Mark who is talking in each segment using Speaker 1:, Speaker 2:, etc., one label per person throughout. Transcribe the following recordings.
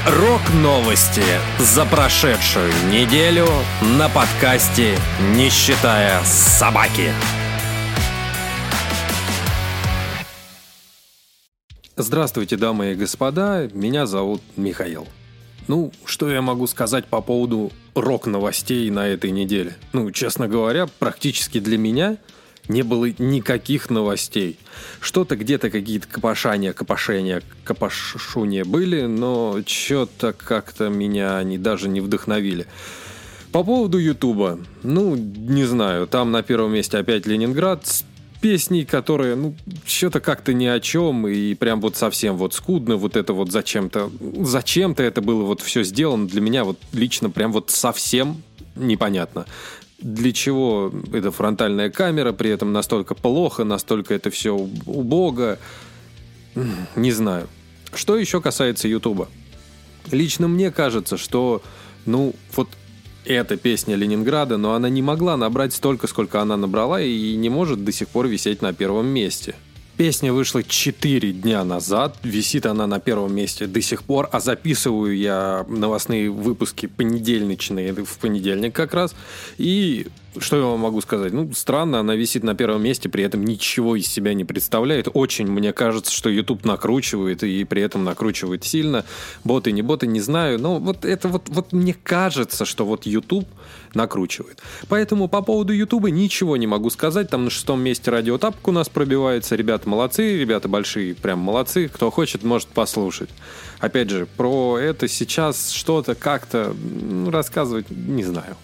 Speaker 1: Рок-новости за прошедшую неделю на подкасте «Не считая собаки». Здравствуйте, дамы и господа, меня зовут Михаил. Что я могу сказать по поводу рок-новостей на этой неделе? Честно говоря, практически для меня не было никаких новостей. Что-то где-то какие-то копошуния были, но что-то как-то меня они даже не вдохновили. По поводу Ютуба, не знаю, там на первом месте опять Ленинград с песней, которые, что-то как-то ни о чем, и прям вот совсем вот скудно, вот это вот зачем-то это было вот все сделано, для меня вот лично прям вот совсем непонятно. Для чего эта фронтальная камера, при этом настолько плохо, настолько это все убого, не знаю. Что еще касается Ютуба? Лично мне кажется, что, вот эта песня Ленинграда, но она не могла набрать столько, сколько она набрала, и не может до сих пор висеть на первом месте. Песня вышла 4 дня назад, висит она на первом месте до сих пор, а записываю я новостные выпуски понедельничные, в понедельник как раз. И что я вам могу сказать? Странно, она висит на первом месте, при этом ничего из себя не представляет. Очень, мне кажется, что YouTube накручивает, и при этом накручивает сильно. Боты, не знаю, но вот это вот мне кажется, что вот YouTube накручивает. Поэтому по поводу YouTube ничего не могу сказать. Там на 6-м месте Радио Тапок у нас пробивается. Ребята молодцы, ребята большие, прям молодцы. Кто хочет, может послушать. Опять же, про это сейчас что-то как-то рассказывать не знаю.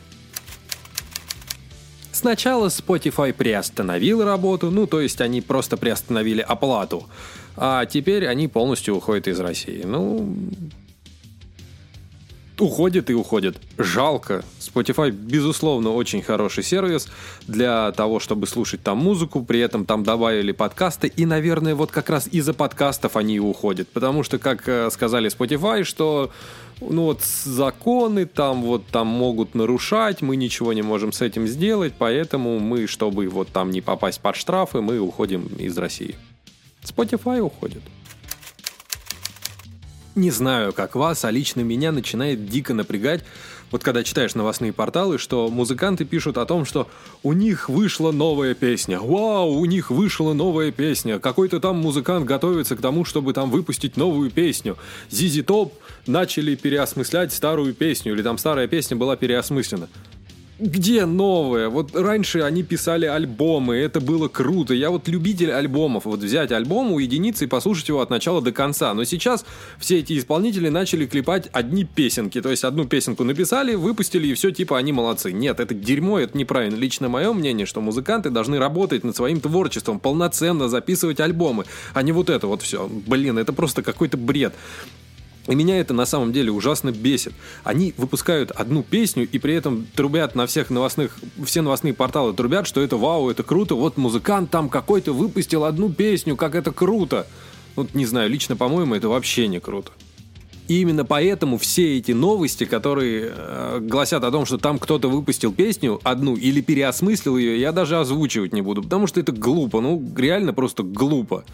Speaker 1: Сначала Spotify приостановил работу, то есть они просто приостановили оплату, а теперь они полностью уходят из России. Уходит и уходит. Жалко. Spotify, безусловно, очень хороший сервис для того, чтобы слушать там музыку, при этом там добавили подкасты, и, наверное, вот как раз из-за подкастов они и уходят, потому что, как сказали Spotify, что законы там могут нарушать, мы ничего не можем с этим сделать, поэтому мы, чтобы там не попасть под штрафы, мы уходим из России. Spotify уходит. Не знаю, как вас, а лично меня начинает дико напрягать, вот когда читаешь новостные порталы, что музыканты пишут о том, что у них вышла новая песня. Вау, у них вышла новая песня. Какой-то там музыкант готовится к тому, чтобы там выпустить новую песню. ZZ Top начали переосмыслять старую песню, или там старая песня была переосмыслена. Где новое? Вот раньше они писали альбомы, это было круто. Я любитель альбомов. Взять альбом, уединиться и послушать его от начала до конца. Но сейчас все эти исполнители начали клепать одни песенки. То есть одну песенку написали, выпустили, и все, они молодцы. Нет, это дерьмо, это неправильно. Лично мое мнение, что музыканты должны работать над своим творчеством, полноценно записывать альбомы, а не вот это вот все. Это просто какой-то бред. И меня это на самом деле ужасно бесит. Они выпускают одну песню и при этом трубят на все новостные порталы трубят, что это вау, это круто, вот музыкант там какой-то выпустил одну песню, как это круто. Не знаю, лично, по-моему, это вообще не круто. И именно поэтому все эти новости, которые гласят о том, что там кто-то выпустил песню одну или переосмыслил ее, я даже озвучивать не буду, потому что это глупо, реально просто глупо.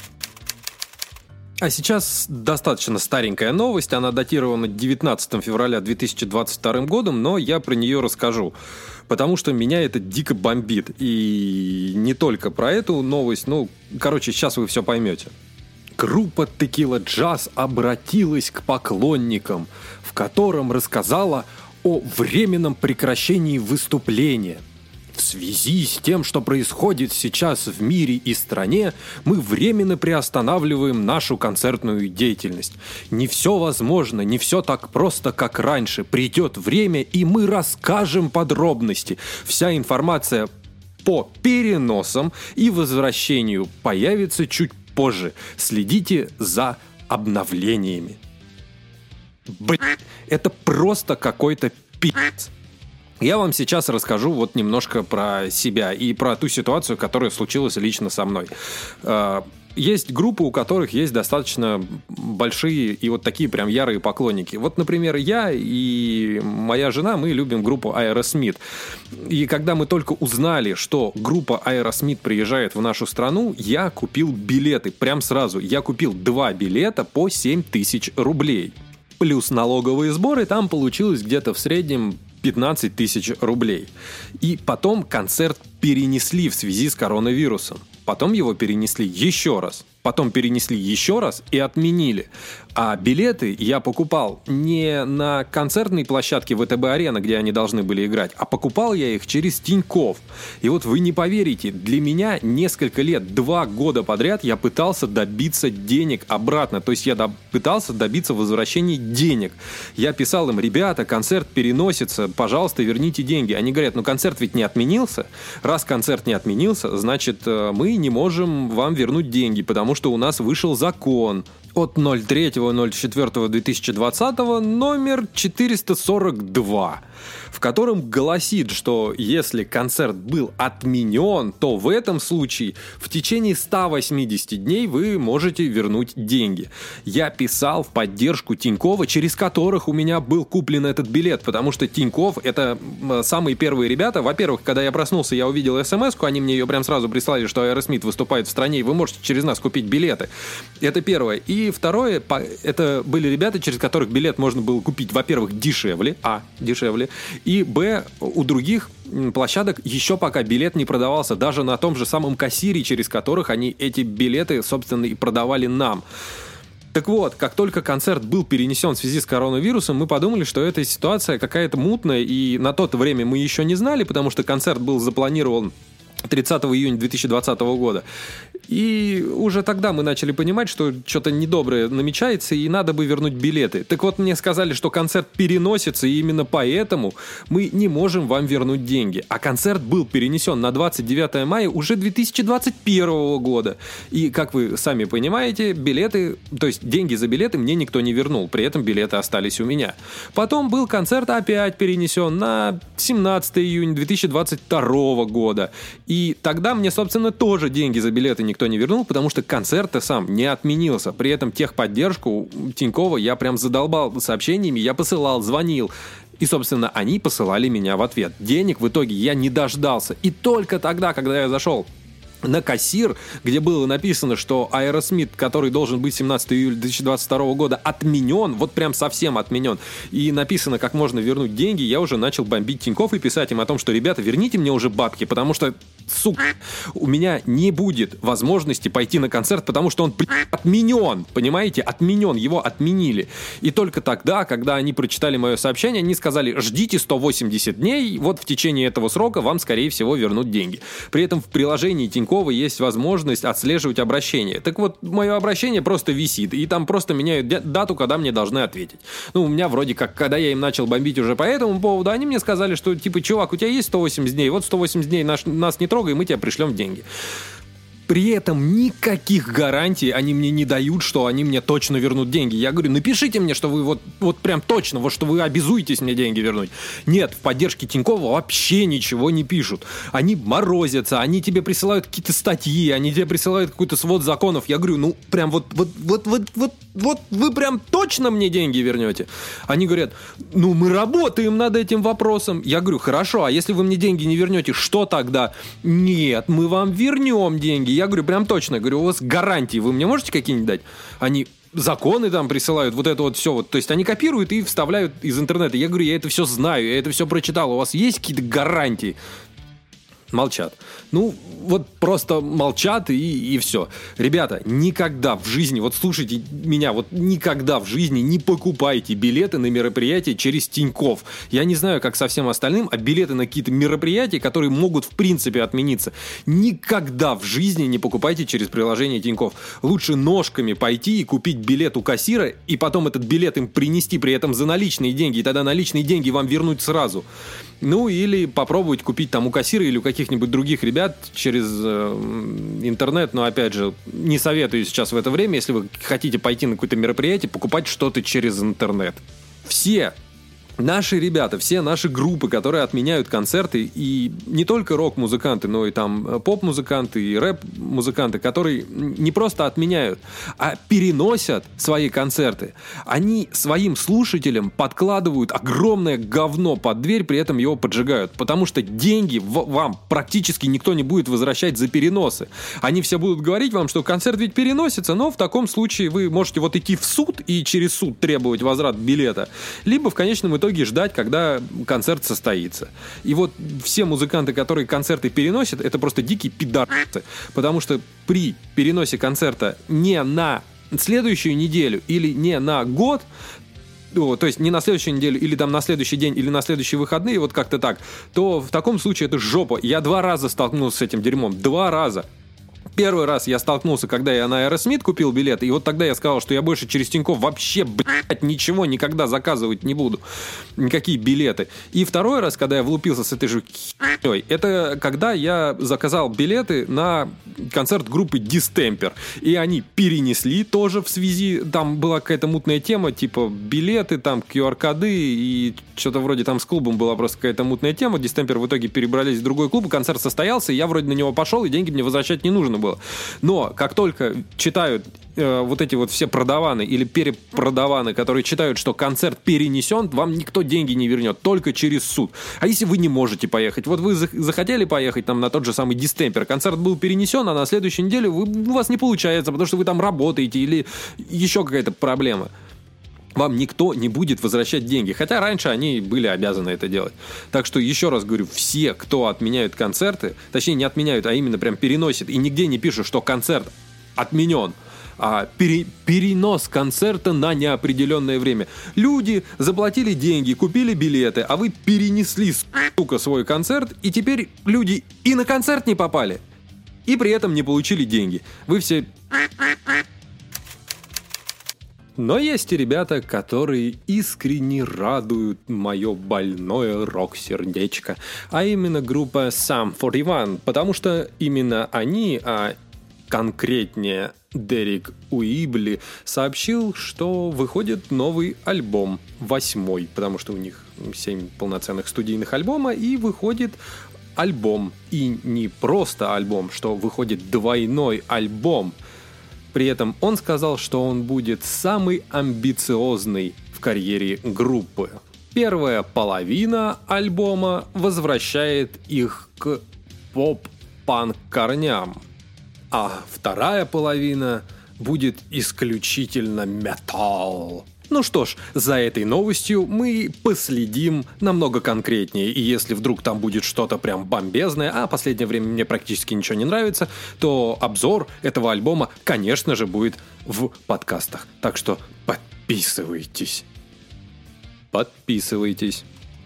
Speaker 1: А сейчас достаточно старенькая новость, она датирована 19 февраля 2022 годом, но я про нее расскажу, потому что меня это дико бомбит. И не только про эту новость, сейчас вы все поймете. Группа Tequila Jazz обратилась к поклонникам, в котором рассказала о временном прекращении выступления. В связи с тем, что происходит сейчас в мире и стране, мы временно приостанавливаем нашу концертную деятельность. Не все возможно, не все так просто, как раньше. Придет время, и мы расскажем подробности. Вся информация по переносам и возвращению появится чуть позже. Следите за обновлениями. Это просто какой-то пи***ц. Я вам сейчас расскажу немножко про себя и про ту ситуацию, которая случилась лично со мной. Есть группы, у которых есть достаточно большие и такие прям ярые поклонники. Например, я и моя жена, мы любим группу Aerosmith. И когда мы только узнали, что группа Aerosmith приезжает в нашу страну, я купил билеты прям сразу. Я купил 2 билета по 7 тысяч рублей. плюс налоговые сборы, там получилось где-то в среднем 15 тысяч рублей. И потом концерт перенесли в связи с коронавирусом. Потом его перенесли еще раз. Потом перенесли еще раз и отменили. А билеты я покупал не на концертной площадке ВТБ-арена, где они должны были играть, а покупал я их через Тинькофф. И вот вы не поверите, для меня несколько лет, 2 года подряд я пытался добиться денег обратно. То есть я пытался добиться возвращения денег. Я писал им: ребята, концерт переносится, пожалуйста, верните деньги. Они говорят: ну концерт ведь не отменился. Раз концерт не отменился, значит мы не можем вам вернуть деньги, потому что у нас вышел закон от 03.04.2020 номер 442, в котором гласит, что если концерт был отменен, то в этом случае в течение 180 дней вы можете вернуть деньги. Я писал в поддержку Тинькова, через которых у меня был куплен этот билет, потому что Тинькофф — это самые первые ребята. Во-первых, когда я проснулся, я увидел смс-ку, они мне ее прям сразу прислали, что Aerosmith выступает в стране, и вы можете через нас купить билеты. Это первое. И второе, это были ребята, через которых билет можно было купить, во-первых, дешевле, и, б, у других площадок еще пока билет не продавался, даже на том же самом кассире, через которых они эти билеты, собственно, и продавали нам. Так вот, как только концерт был перенесен в связи с коронавирусом, мы подумали, что эта ситуация какая-то мутная, и на то время мы еще не знали, потому что концерт был запланирован 30 июня 2020 года. И уже тогда мы начали понимать, что что-то недоброе намечается, и надо бы вернуть билеты. Так вот, мне сказали, что концерт переносится, и именно поэтому мы не можем вам вернуть деньги. А концерт был перенесен на 29 мая уже 2021 года. И, как вы сами понимаете, билеты, то есть деньги за билеты мне никто не вернул. При этом билеты остались у меня. Потом был концерт опять перенесен на 17 июня 2022 года. И тогда мне, собственно, тоже деньги за билеты никто не вернул, потому что концерт-то сам не отменился. При этом техподдержку Тинькова я прям задолбал сообщениями, я посылал, звонил. И, собственно, они посылали меня в ответ. Денег в итоге я не дождался. И только тогда, когда я зашел на кассир, где было написано, что Aerosmith, который должен быть 17 июля 2022 года, отменен, вот прям совсем отменен, и написано, как можно вернуть деньги, я уже начал бомбить Тинькофф и писать им о том, что, ребята, верните мне уже бабки, потому что, сука, у меня не будет возможности пойти на концерт, потому что он отменен, понимаете, отменен, его отменили. И только тогда, когда они прочитали мое сообщение, они сказали: ждите 180 дней, вот в течение этого срока вам, скорее всего, вернут деньги. При этом в приложении Тинькофф есть возможность отслеживать обращение. Так вот, мое обращение просто висит, и там просто меняют дату, когда мне должны ответить. Ну, у меня вроде как, когда я им начал бомбить уже по этому поводу, они мне сказали, что, типа, чувак, у тебя есть 180 дней, вот 180 дней нас не трогай, мы тебе пришлем деньги. При этом никаких гарантий они мне не дают, что они мне точно вернут деньги. Я говорю: напишите мне, что вы вот прям точно, вот что вы обязуетесь мне деньги вернуть. Нет, в поддержке Тинькова вообще ничего не пишут. Они морозятся, они тебе присылают какие-то статьи, они тебе присылают какой-то свод законов. Я говорю: ну прям вот вы прям точно мне деньги вернете? Они говорят: ну мы работаем над этим вопросом. Я говорю: хорошо, а если вы мне деньги не вернете, что тогда? Нет, мы вам вернем деньги. Я говорю: прям точно, говорю, у вас гарантии, вы мне можете какие-нибудь дать? Они законы там присылают, вот это вот все. Вот. То есть они копируют и вставляют из интернета. Я говорю: я это все знаю, я это все прочитал, у вас есть какие-то гарантии? Молчат. Ну, вот просто молчат и все. Ребята, никогда в жизни, вот слушайте меня, вот никогда в жизни не покупайте билеты на мероприятия через Тинькофф. Я не знаю, как со всем остальным, а билеты на какие-то мероприятия, которые могут в принципе отмениться, никогда в жизни не покупайте через приложение Тинькофф. Лучше ножками пойти и купить билет у кассира, и потом этот билет им принести при этом за наличные деньги, и тогда наличные деньги вам вернуть сразу. Ну, или попробовать купить там у кассира или у каких-нибудь других ребят через интернет. Но, опять же, не советую сейчас в это время, если вы хотите пойти на какое-то мероприятие, покупать что-то через интернет. Все Наши ребята, все наши группы, которые отменяют концерты, и не только рок-музыканты, но и там поп-музыканты, и рэп-музыканты, которые не просто отменяют, а переносят свои концерты. Они своим слушателям подкладывают огромное говно под дверь, при этом его поджигают. Потому что деньги вам практически никто не будет возвращать за переносы. Они все будут говорить вам, что концерт ведь переносится, но в таком случае вы можете вот идти в суд и через суд требовать возврат билета, либо в конечном итоге ждать, когда концерт состоится. И вот все музыканты, которые концерты переносят, это просто дикие пидорасы. Потому что при переносе концерта не на следующую неделю или не на год, то есть не на следующую неделю, или там на следующий день, или на следующие выходные, вот как-то так, то в таком случае это жопа. Я 2 раза столкнулся с этим дерьмом. 2 раза. Первый раз я столкнулся, когда я на Aerosmith купил билеты, и вот тогда я сказал, что я больше через Тинькофф вообще, ничего никогда заказывать не буду. Никакие билеты. И второй раз, когда я влупился с этой же херней, это когда я заказал билеты на концерт группы Distemper. И они перенесли тоже в связи, там была какая-то мутная тема, типа билеты, там QR-коды, и что-то вроде там с клубом была просто какая-то мутная тема. Distemper в итоге перебрались в другой клуб, концерт состоялся, и я вроде на него пошел, и деньги мне возвращать не нужно было. Но как только читают вот эти вот все продаваны или перепродаваны, которые читают, что концерт перенесен, вам никто деньги не вернет, только через суд. А если вы не можете поехать? Вот вы захотели поехать там на тот же самый Distemper, концерт был перенесен, а на следующей неделе у вас не получается, потому что вы там работаете или еще какая-то проблема. Вам никто не будет возвращать деньги. Хотя раньше они были обязаны это делать. Так что еще раз говорю, все, кто отменяют концерты, точнее не отменяют, а именно прям переносят, и нигде не пишут, что концерт отменен, а перенос концерта на неопределенное время. Люди заплатили деньги, купили билеты, а вы перенесли, сука, свой концерт, и теперь люди и на концерт не попали, и при этом не получили деньги. Вы все... Но есть и ребята, которые искренне радуют мое больное рок-сердечко, а именно группа Sum 41, потому что именно они, а конкретнее Дерек Уибли, сообщил, что выходит новый альбом, 8-й, потому что у них 7 полноценных студийных альбома, и выходит альбом, и не просто альбом, что выходит двойной альбом. При этом он сказал, что он будет самый амбициозный в карьере группы. Первая половина альбома возвращает их к поп-панк корням, а вторая половина будет исключительно металл. Ну что ж, за этой новостью мы последим намного конкретнее, и если вдруг там будет что-то прям бомбезное, а в последнее время мне практически ничего не нравится, то обзор этого альбома, конечно же, будет в подкастах. Так что подписывайтесь. Подписывайтесь.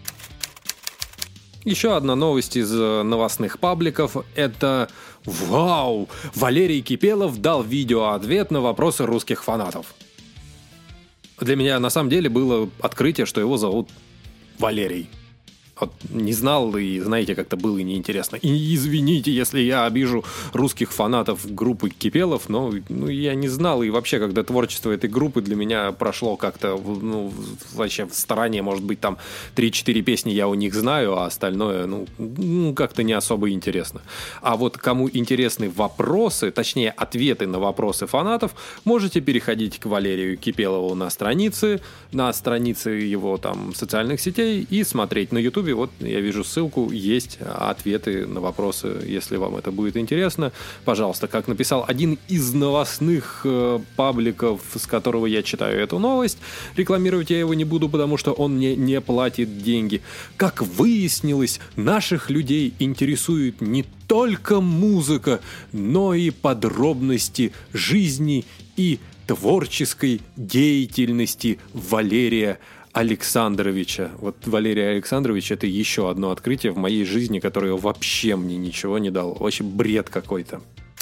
Speaker 1: Еще одна новость из новостных пабликов – это «Вау! Валерий Кипелов дал видеоответ на вопросы русских фанатов». Для меня на самом деле было открытие, что его зовут Валерий. Вот не знал, и, знаете, как-то было и неинтересно. И извините, если я обижу русских фанатов группы Кипелов, но я не знал, и вообще, когда творчество этой группы для меня прошло как-то, вообще в стороне, может быть, там 3-4 песни я у них знаю, а остальное, как-то не особо интересно. А вот кому интересны вопросы, точнее, ответы на вопросы фанатов, можете переходить к Валерию Кипелову на странице его там социальных сетей и смотреть на YouTube. Вот я вижу ссылку, есть ответы на вопросы, если вам это будет интересно. Пожалуйста, как написал один из новостных пабликов, с которого я читаю эту новость, рекламировать я его не буду, потому что он мне не платит деньги. Как выяснилось, наших людей интересует не только музыка, но и подробности жизни и творческой деятельности Валерия Александровича. Вот Валерий Александрович — это еще одно открытие в моей жизни, которое вообще мне ничего не дало. Вообще бред какой-то.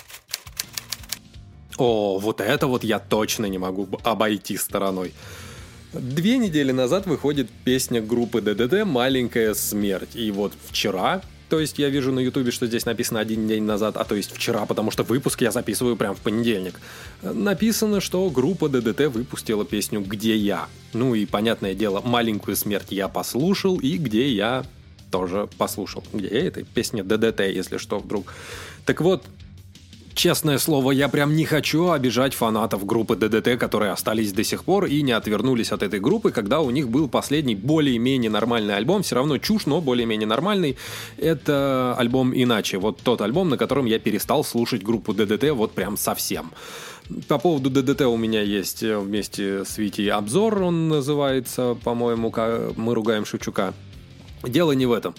Speaker 1: О, вот это вот я точно не могу обойти стороной. 2 недели назад выходит песня группы ДДТ «Маленькая смерть». И вот вчера То есть я вижу на Ютубе, что здесь написано 1 день назад, а то есть вчера, потому что выпуск я записываю прямо в понедельник. Написано, что группа ДДТ выпустила песню «Где я?». Ну и, понятное дело, «Маленькую смерть» я послушал, и «Где я?» тоже послушал. «Где я?» — это песня ДДТ, если что, вдруг. Так вот, честное слово, я прям не хочу обижать фанатов группы ДДТ, которые остались до сих пор и не отвернулись от этой группы, когда у них был последний более-менее нормальный альбом, все равно чушь, но более-менее нормальный. Это альбом «Иначе». Вот тот альбом, на котором я перестал слушать группу ДДТ вот прям совсем. По поводу ДДТ у меня есть вместе с Витей обзор, он называется, по-моему, «Мы ругаем Шевчука». Дело не в этом.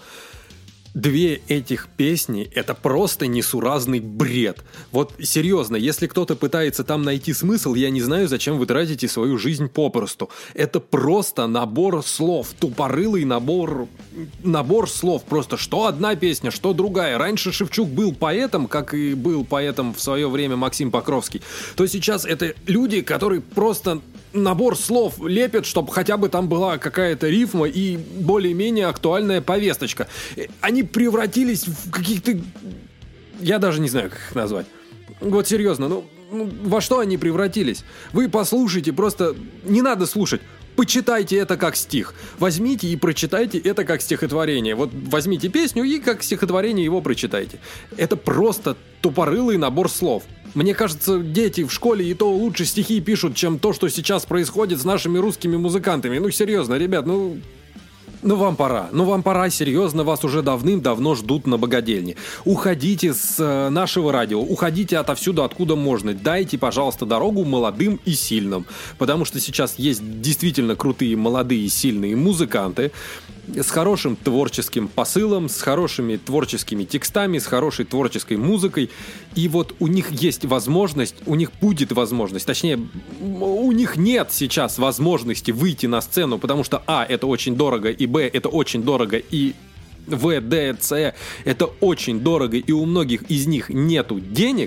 Speaker 1: 2 этих песни — это просто несуразный бред. Вот серьезно, если кто-то пытается там найти смысл, я не знаю, зачем вы тратите свою жизнь попросту. Это просто набор слов, тупорылый набор слов. Просто что одна песня, что другая. Раньше Шевчук был поэтом, как и был поэтом в свое время Максим Покровский. То сейчас это люди, которые просто набор слов лепят, чтобы хотя бы там была какая-то рифма и более-менее актуальная повесточка. Они превратились в каких-то... Я даже не знаю, как их назвать. Вот серьезно, ну во что они превратились? Вы послушайте, просто не надо слушать. Почитайте это как стих. Возьмите и прочитайте это как стихотворение. Вот возьмите песню и как стихотворение его прочитайте. Это просто тупорылый набор слов. Мне кажется, дети в школе и то лучше стихи пишут, чем то, что сейчас происходит с нашими русскими музыкантами. Ну, серьезно, ребят, Ну вам пора, серьезно, вас уже давным-давно ждут на богадельне. Уходите с нашего радио, уходите отовсюду, откуда можно. Дайте, пожалуйста, дорогу молодым и сильным. Потому что сейчас есть действительно крутые, молодые и сильные музыканты с хорошим творческим посылом, с хорошими творческими текстами, с хорошей творческой музыкой. И вот у них есть возможность, у них будет возможность, точнее, у них нет сейчас возможности выйти на сцену, потому что это очень дорого, и это очень дорого, и Д, С, это очень дорого, и у многих из них нету денег.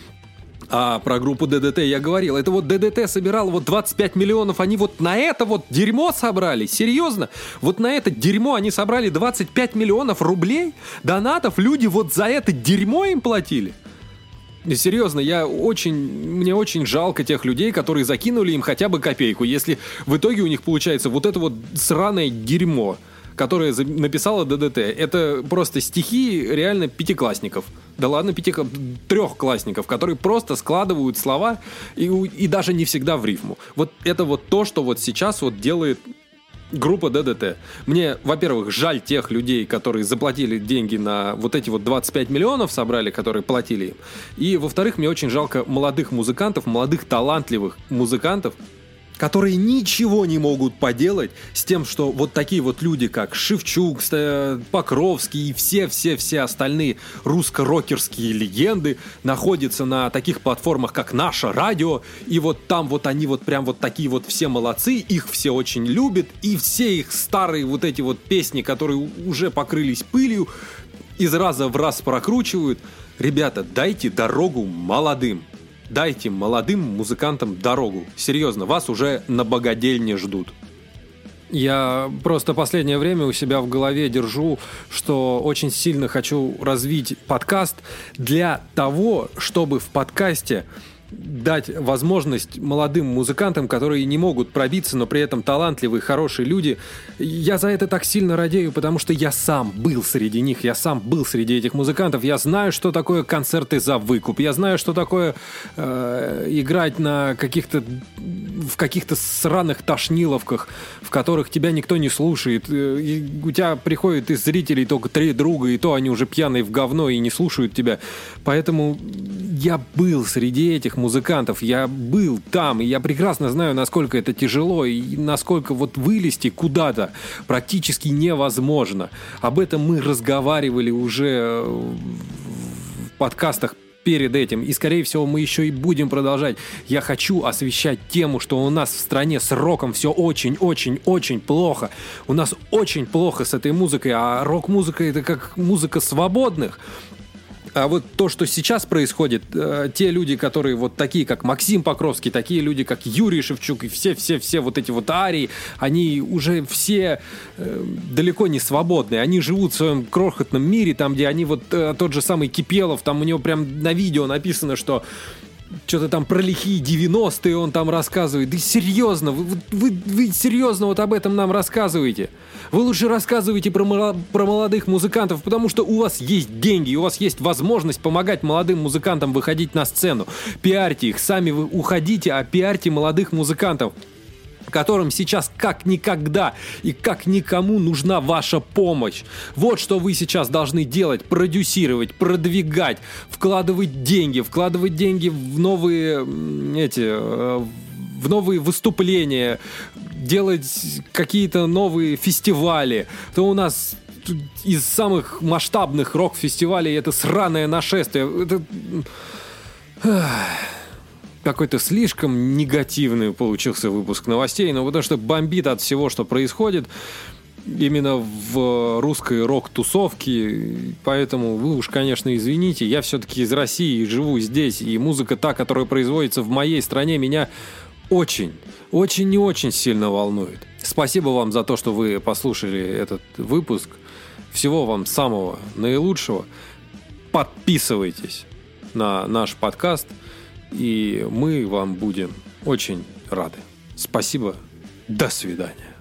Speaker 1: А про группу ДДТ я говорил. Это вот ДДТ собирал вот 25 миллионов. Они вот на это вот дерьмо собрали. Серьезно? Вот на это дерьмо они собрали 25 миллионов рублей донатов. Люди вот за это дерьмо им платили. Серьезно, мне очень жалко тех людей, которые закинули им хотя бы копейку, если в итоге у них получается вот это вот сраное дерьмо, которое написала ДДТ. Это просто стихи реально пятиклассников. Да ладно, трехклассников, которые просто складывают слова и даже не всегда в рифму. Вот это вот то, что вот сейчас вот делает группа ДДТ. Мне, во-первых, жаль тех людей, которые заплатили деньги на вот эти вот 25 миллионов собрали, которые платили им. И, во-вторых, мне очень жалко молодых музыкантов, молодых талантливых музыкантов, которые ничего не могут поделать с тем, что вот такие вот люди, как Шевчук, Покровский и все остальные русско-рокерские легенды находятся на таких платформах, как наше радио, и вот там вот они вот прям вот такие вот все молодцы, их все очень любят, и все их старые вот эти вот песни, которые уже покрылись пылью, из раза в раз прокручивают. Ребята, дайте дорогу молодым. Дайте молодым музыкантам дорогу. Серьезно, вас уже на богадельне ждут. Я просто последнее время у себя в голове держу, что очень сильно хочу развить подкаст для того, чтобы в подкасте дать возможность молодым музыкантам, которые не могут пробиться, но при этом талантливые, хорошие люди. Я за это так сильно радею, потому что я сам был среди них, я сам был среди этих музыкантов. Я знаю, что такое концерты за выкуп, я знаю, что такое играть в каких-то сраных тошниловках, в которых тебя никто не слушает. И у тебя приходят из зрителей только 3 друга, и то они уже пьяные в говно и не слушают тебя. Поэтому я был среди этих музыкантов, я был там, и я прекрасно знаю, насколько это тяжело, и насколько вот вылезти куда-то практически невозможно. Об этом мы разговаривали уже в подкастах перед этим, и, скорее всего, мы еще и будем продолжать. Я хочу освещать тему, что у нас в стране с роком все очень-очень-очень плохо. У нас очень плохо с этой музыкой, а рок-музыка — это как музыка свободных. А вот то, что сейчас происходит, те люди, которые вот такие, как Максим Покровский, такие люди, как Юрий Шевчук и все вот эти вот арии, они уже все далеко не свободные. Они живут в своем крохотном мире, там, где они вот тот же самый Кипелов, там у него прям на видео написано, что что-то там про лихие 90-е он там рассказывает. Да серьезно, вы серьезно вот об этом нам рассказываете? Вы лучше рассказывайте про молодых музыкантов, потому что у вас есть деньги, у вас есть возможность помогать молодым музыкантам выходить на сцену. Пиарьте их, сами вы уходите, а пиарьте молодых музыкантов, которым сейчас как никогда и как никому нужна ваша помощь. Вот что вы сейчас должны делать: продюсировать, продвигать, вкладывать деньги в новые в новые выступления, делать какие-то новые фестивали. То у нас из самых масштабных рок-фестивалей это сраное нашествие. Это... Какой-то слишком негативный получился выпуск новостей, но потому что бомбит от всего, что происходит именно в русской рок-тусовке. Поэтому вы уж, конечно, извините, я все-таки из России, живу здесь, и музыка та, которая производится в моей стране, меня очень и очень сильно волнует. Спасибо вам за то, что вы послушали этот выпуск. Всего вам самого наилучшего. Подписывайтесь на наш подкаст, и мы вам будем очень рады. Спасибо. До свидания.